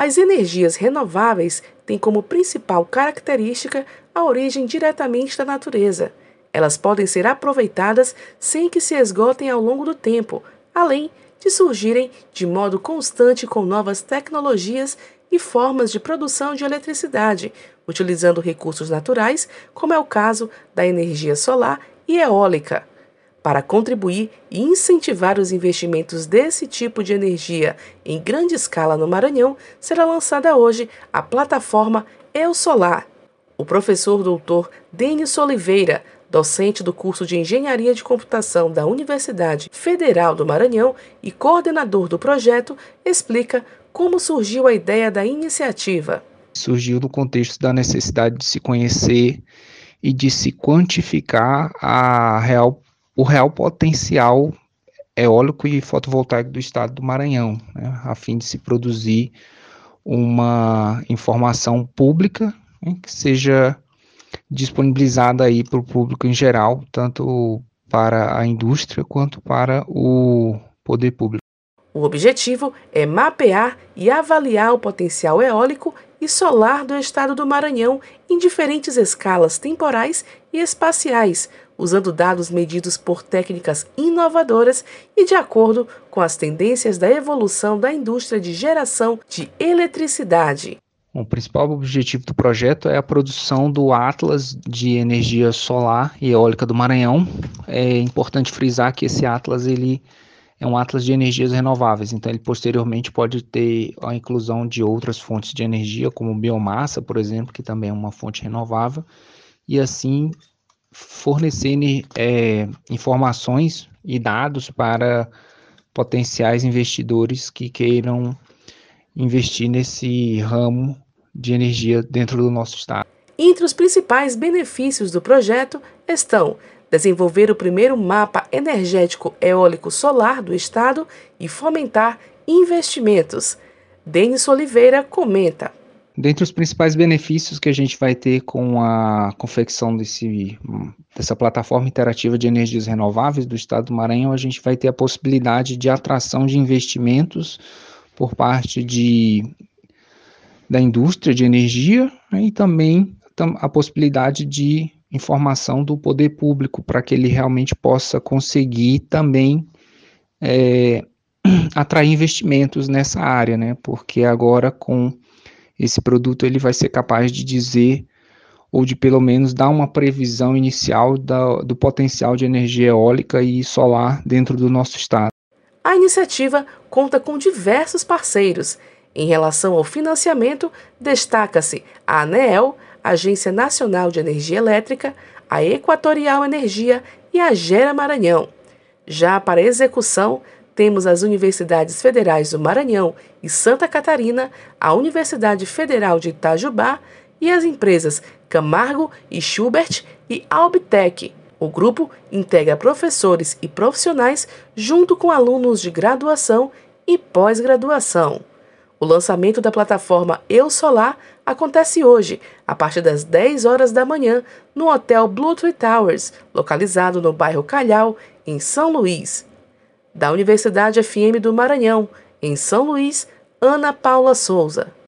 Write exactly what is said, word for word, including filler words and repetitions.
As energias renováveis têm como principal característica a origem diretamente da natureza. Elas podem ser aproveitadas sem que se esgotem ao longo do tempo, além de surgirem de modo constante com novas tecnologias e formas de produção de eletricidade, utilizando recursos naturais, como é o caso da energia solar e eólica. Para contribuir e incentivar os investimentos desse tipo de energia em grande escala no Maranhão, será lançada hoje a plataforma EuSolar. O professor doutor Denis Oliveira, docente do curso de Engenharia de Computação da Universidade Federal do Maranhão e coordenador do projeto, explica como surgiu a ideia da iniciativa. Surgiu no contexto da necessidade de se conhecer e de se quantificar a real o real potencial eólico e fotovoltaico do estado do Maranhão, né, a fim de se produzir uma informação pública, né, que seja disponibilizada aí para o público em geral, tanto para a indústria quanto para o poder público. O objetivo é mapear e avaliar o potencial eólico e solar do estado do Maranhão em diferentes escalas temporais e espaciais, usando dados medidos por técnicas inovadoras e de acordo com as tendências da evolução da indústria de geração de eletricidade. O principal objetivo do projeto é a produção do Atlas de Energia Solar e Eólica do Maranhão. É importante frisar que esse Atlas ele é um Atlas de energias renováveis, então ele posteriormente pode ter a inclusão de outras fontes de energia, como biomassa, por exemplo, que também é uma fonte renovável, e assim fornecer é, informações e dados para potenciais investidores que queiram investir nesse ramo de energia dentro do nosso estado. Entre os principais benefícios do projeto estão desenvolver o primeiro mapa energético eólico solar do estado e fomentar investimentos. Denis Oliveira comenta. Dentre os principais benefícios que a gente vai ter com a confecção desse, dessa plataforma interativa de energias renováveis do estado do Maranhão, a gente vai ter a possibilidade de atração de investimentos por parte de, da indústria de energia, né, e também a possibilidade de informação do poder público para que ele realmente possa conseguir também é, atrair investimentos nessa área, né? Porque agora com esse produto ele vai ser capaz de dizer ou de pelo menos dar uma previsão inicial da, do potencial de energia eólica e solar dentro do nosso estado. A iniciativa conta com diversos parceiros. Em relação ao financiamento, destaca-se a ANEEL, Agência Nacional de Energia Elétrica, a Equatorial Energia e a Gera Maranhão. Já para execução, temos as Universidades Federais do Maranhão e Santa Catarina, a Universidade Federal de Itajubá e as empresas Camargo e Schubert e Albitec. O grupo integra professores e profissionais junto com alunos de graduação e pós-graduação. O lançamento da plataforma EuSolar acontece hoje, a partir das dez horas da manhã, no Hotel Blue Tree Towers, localizado no bairro Calhau, em São Luís. Da Universidade F M do Maranhão, em São Luís, Ana Paula Souza.